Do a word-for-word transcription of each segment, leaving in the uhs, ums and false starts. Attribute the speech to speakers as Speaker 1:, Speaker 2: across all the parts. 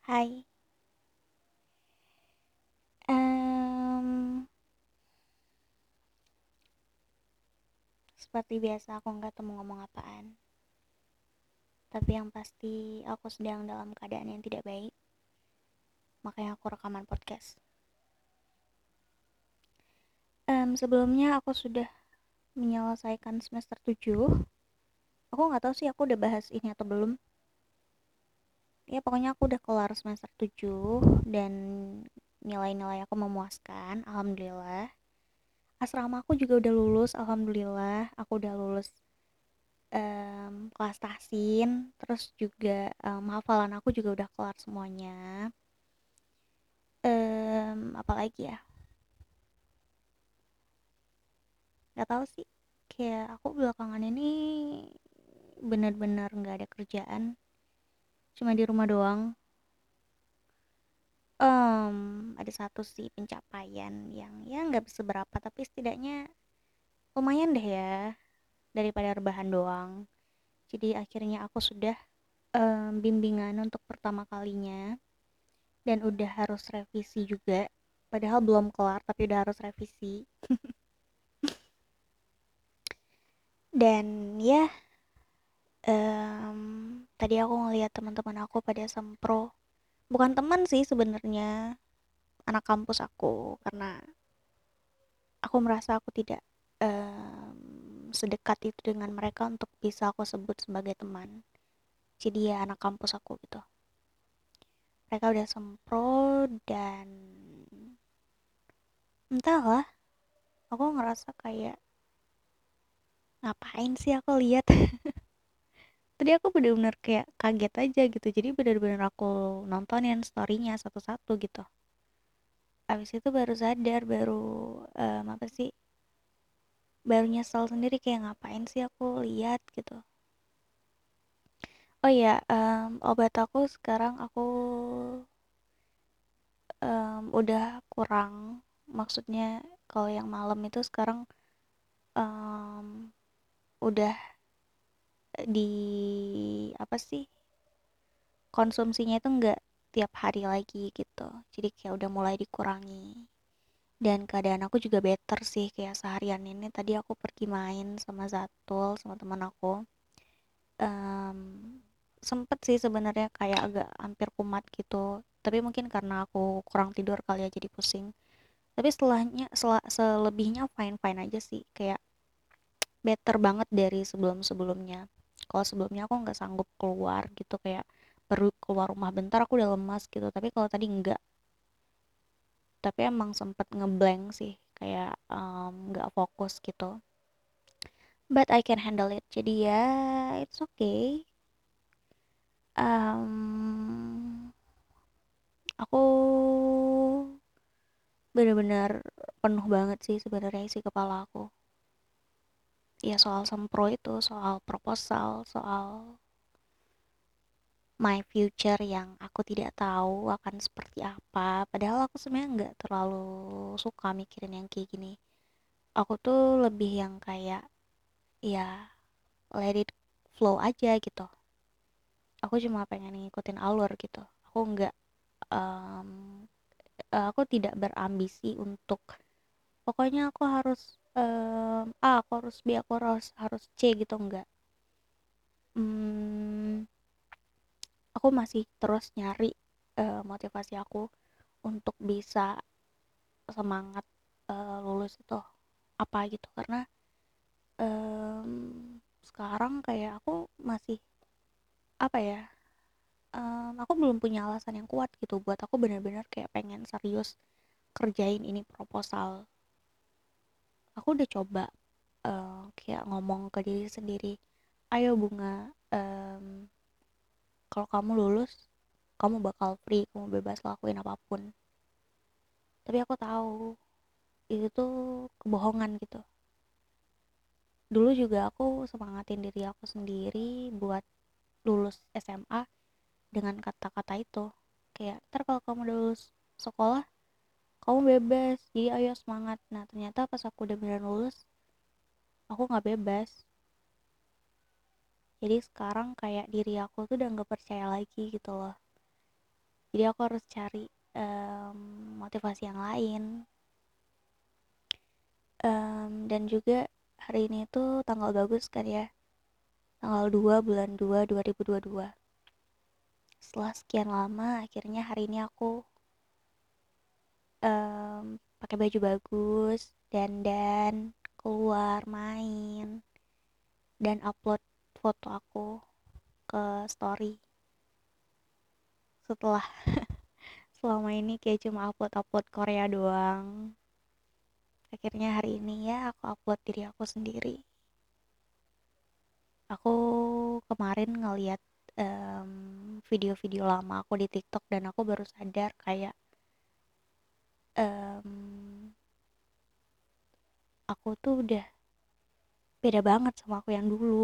Speaker 1: Hai, Em, seperti biasa aku nggak tahu mau ngomong apaan. Tapi yang pasti aku sedang dalam keadaan yang tidak baik, makanya aku rekaman podcast. Em, sebelumnya aku sudah menyelesaikan semester tujuh. Aku nggak tahu sih aku udah bahas ini atau belum. Ya pokoknya aku udah kelar semester tujuh dan nilai-nilai aku memuaskan, alhamdulillah. Asrama aku juga udah lulus, alhamdulillah. Aku udah lulus em, kelas tahsin, terus juga em, hafalan aku juga udah kelar semuanya. Em, apalagi ya, nggak tahu sih, kayak aku belakangan ini bener-bener nggak ada kerjaan, cuma di rumah doang. Em, ada satu sih pencapaian yang ya nggak seberapa, tapi setidaknya lumayan deh ya, daripada rebahan doang. Jadi akhirnya aku sudah em, bimbingan untuk pertama kalinya dan udah harus revisi juga, padahal belum kelar tapi udah harus revisi. Dan ya, em, tadi aku ngeliat teman-teman aku pada sempro, bukan teman sih sebenarnya, anak kampus aku, karena aku merasa aku tidak em, sedekat itu dengan mereka untuk bisa aku sebut sebagai teman. Jadi ya anak kampus aku gitu, mereka udah sempro. Dan entahlah, aku ngerasa kayak ngapain sih aku lihat. Tadi aku bener-bener kayak kaget aja gitu, jadi bener-bener aku nontonin storynya satu-satu gitu. Abis itu baru sadar, baru em, apa sih, baru nyesel sendiri kayak ngapain sih aku lihat gitu. Oh iya, em, obat aku sekarang aku em, udah kurang, maksudnya kalau yang malam itu sekarang em, udah di apa sih, konsumsinya itu enggak tiap hari lagi gitu, jadi kayak udah mulai dikurangi. Dan keadaan aku juga better sih, kayak seharian ini tadi aku pergi main sama Zatul, sama teman aku. Em, Sempet sih sebenarnya kayak agak hampir kumat gitu, tapi mungkin karena aku kurang tidur kali ya jadi pusing. Tapi setelahnya sel- selebihnya fine fine aja sih, kayak better banget dari sebelum sebelumnya. Kalau sebelumnya aku nggak sanggup keluar gitu, kayak baru keluar rumah bentar aku udah lemas gitu, tapi kalau tadi enggak. Tapi emang sempet ngeblank sih, kayak em, nggak fokus gitu, but I can handle it, jadi ya it's okay. um, aku bener-bener penuh banget sih sebenarnya isi kepala aku, ya soal sempro itu, soal proposal, soal my future yang aku tidak tahu akan seperti apa. Padahal aku sebenarnya nggak terlalu suka mikirin yang kayak gini. Aku tuh lebih yang kayak ya let it flow aja gitu. Aku cuma pengen ngikutin alur gitu. Aku nggak em, eh, aku tidak berambisi untuk pokoknya aku harus em, A, aku harus B, aku harus harus C gitu, enggak. Hmm, aku masih terus nyari eh, motivasi aku untuk bisa semangat eh, lulus itu apa gitu, karena em, sekarang kayak aku masih apa ya, em, aku belum punya alasan yang kuat gitu buat aku benar-benar kayak pengen serius kerjain ini proposal. Aku udah coba eh, kayak ngomong ke diri sendiri, ayo Bunga, em, kalau kamu lulus kamu bakal free, kamu bebas lakuin apapun. Tapi aku tahu itu tuh kebohongan gitu. Dulu juga aku semangatin diri aku sendiri buat lulus S M A dengan kata-kata itu, kayak ntar kalau kamu udah lulus sekolah kamu bebas, jadi ayo semangat. Nah ternyata pas aku udah beneran lulus aku nggak bebas. Jadi sekarang kayak diri aku tuh udah nggak percaya lagi gitu loh. Jadi aku harus cari um, motivasi yang lain. Um, dan juga hari ini tuh tanggal bagus kan ya, tanggal dua bulan dua dua ribu dua puluh dua. Setelah sekian lama akhirnya hari ini aku um, pakai baju bagus, dandan, keluar main, dan upload foto aku ke story. Setelah selama ini kayak cuma upload-upload Korea doang, akhirnya hari ini ya aku upload diri aku sendiri. Aku kemarin ngeliat em, video-video lama aku di TikTok dan aku baru sadar kayak em, aku tuh udah beda banget sama aku yang dulu.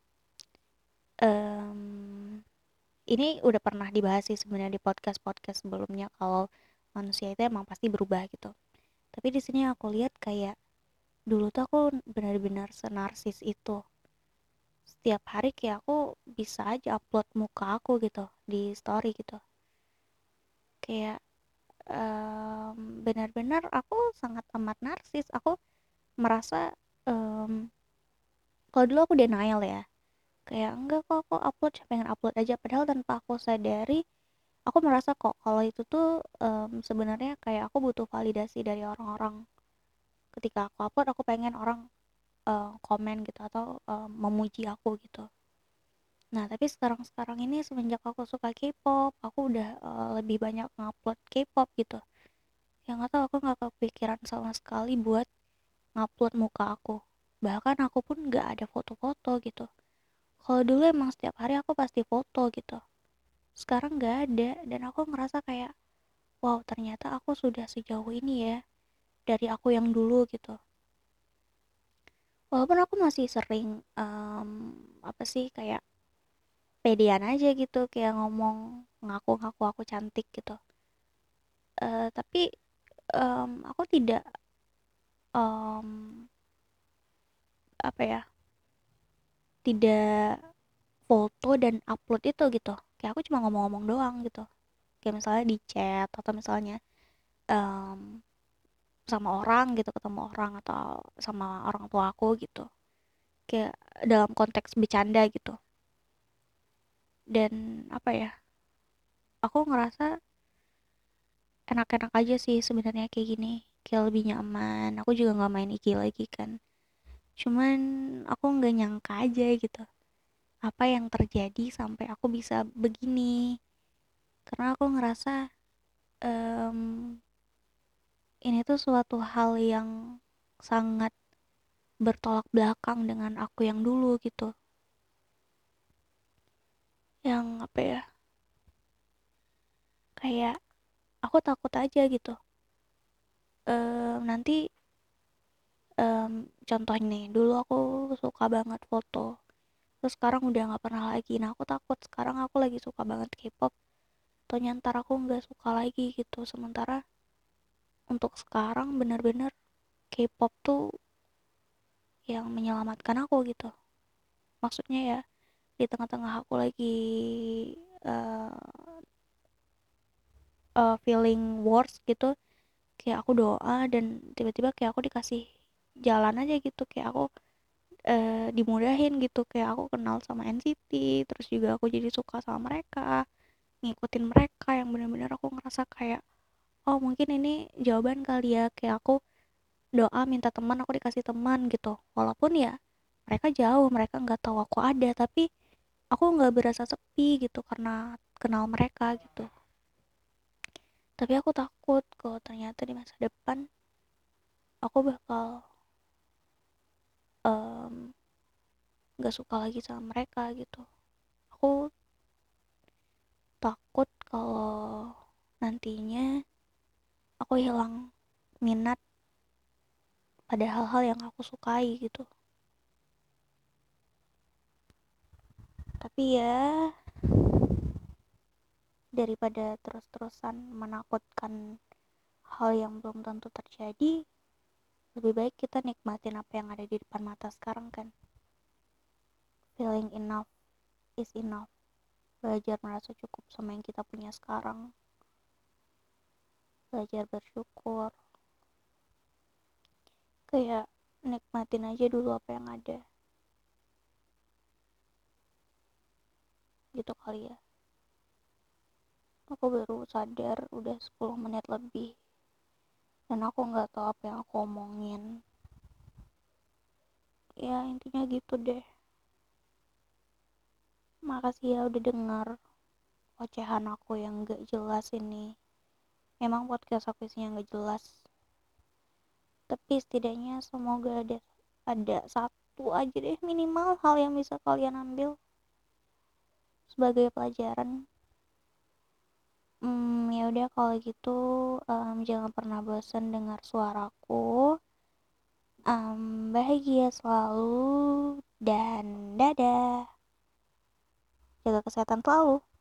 Speaker 1: Em, ini udah pernah dibahas sih sebenarnya di podcast-podcast sebelumnya kalau manusia itu emang pasti berubah gitu. Tapi di sini aku lihat kayak dulu tuh aku benar-benar senarsis itu. Setiap hari kayak aku bisa aja upload muka aku gitu di story gitu. Kayak um, benar-benar aku sangat amat narsis. Aku merasa um, kalau dulu aku denial ya, kayak enggak kok aku upload, siapa pengen upload aja, padahal tanpa aku sadari aku merasa kok kalau itu tuh um, sebenarnya kayak aku butuh validasi dari orang-orang. Ketika aku upload aku pengen orang uh, komen gitu atau uh, memuji aku gitu. Nah tapi sekarang-sekarang ini semenjak aku suka K-pop aku udah uh, lebih banyak ngupload K-pop gitu. Yang nggak tahu, aku nggak kepikiran sama sekali buat ngupload muka aku. Bahkan aku pun nggak ada foto-foto gitu. Kalau dulu emang setiap hari aku pasti foto gitu. Sekarang nggak ada dan aku ngerasa kayak wow, ternyata aku sudah sejauh ini ya dari aku yang dulu gitu. Walaupun aku masih sering em, apa sih kayak pedean aja gitu, kayak ngomong ngaku-ngaku aku cantik gitu. Eh, tapi em, aku tidak em, apa ya, tidak foto dan upload itu gitu. Kayak aku cuma ngomong-ngomong doang gitu. Kayak misalnya di chat atau misalnya em, sama orang gitu, ketemu orang atau sama orang tua aku gitu. Kayak dalam konteks bercanda gitu. Dan apa ya? Aku ngerasa enak-enak aja sih sebenarnya kayak gini. Kayak lebih nyaman. Aku juga nggak main I G lagi kan. Cuman aku nggak nyangka aja gitu. Apa yang terjadi sampai aku bisa begini? Karena aku ngerasa em, ini tuh suatu hal yang sangat bertolak belakang dengan aku yang dulu gitu. Yang apa ya? Kayak aku takut aja gitu. Em, nanti em, contohnya nih, dulu aku suka banget foto. Terus sekarang udah nggak pernah lagi. Nah aku takut sekarang aku lagi suka banget K-pop. Atau nyantar aku nggak suka lagi gitu. Sementara untuk sekarang bener-bener K-pop tuh yang menyelamatkan aku gitu. Maksudnya ya di tengah-tengah aku lagi uh, uh, feeling worse gitu, kayak aku doa dan tiba-tiba kayak aku dikasih jalan aja gitu, kayak aku uh, dimudahin gitu, kayak aku kenal sama N C T, terus juga aku jadi suka sama mereka, ngikutin mereka yang benar-benar aku ngerasa kayak oh mungkin ini jawaban kali ya, kayak aku doa minta teman aku dikasih teman gitu, walaupun ya mereka jauh, mereka nggak tahu aku ada, tapi aku nggak berasa sepi gitu karena kenal mereka gitu. Tapi aku takut kalau ternyata di masa depan aku bakal em, nggak suka lagi sama mereka gitu. Aku takut kalau nantinya aku hilang minat pada hal-hal yang aku sukai gitu. Tapi ya daripada terus-terusan menakutkan hal yang belum tentu terjadi, lebih baik kita nikmatin apa yang ada di depan mata sekarang kan. Feeling enough is enough. Belajar merasa cukup sama yang kita punya sekarang. belajar bersyukur, kayak nikmatin aja dulu apa yang ada, gitu kali ya. Aku baru sadar udah sepuluh menit lebih dan aku nggak tahu apa yang aku omongin. Ya intinya gitu deh. Makasih ya udah denger ocehan aku yang gak jelas ini. Emang podcast aku isinya gak jelas, tapi setidaknya semoga ada ada satu aja deh minimal hal yang bisa kalian ambil sebagai pelajaran. Hmm, ya udah kalau gitu, um, jangan pernah bosan dengar suaraku. Um, bahagia selalu dan dadah. Jaga kesehatan selalu.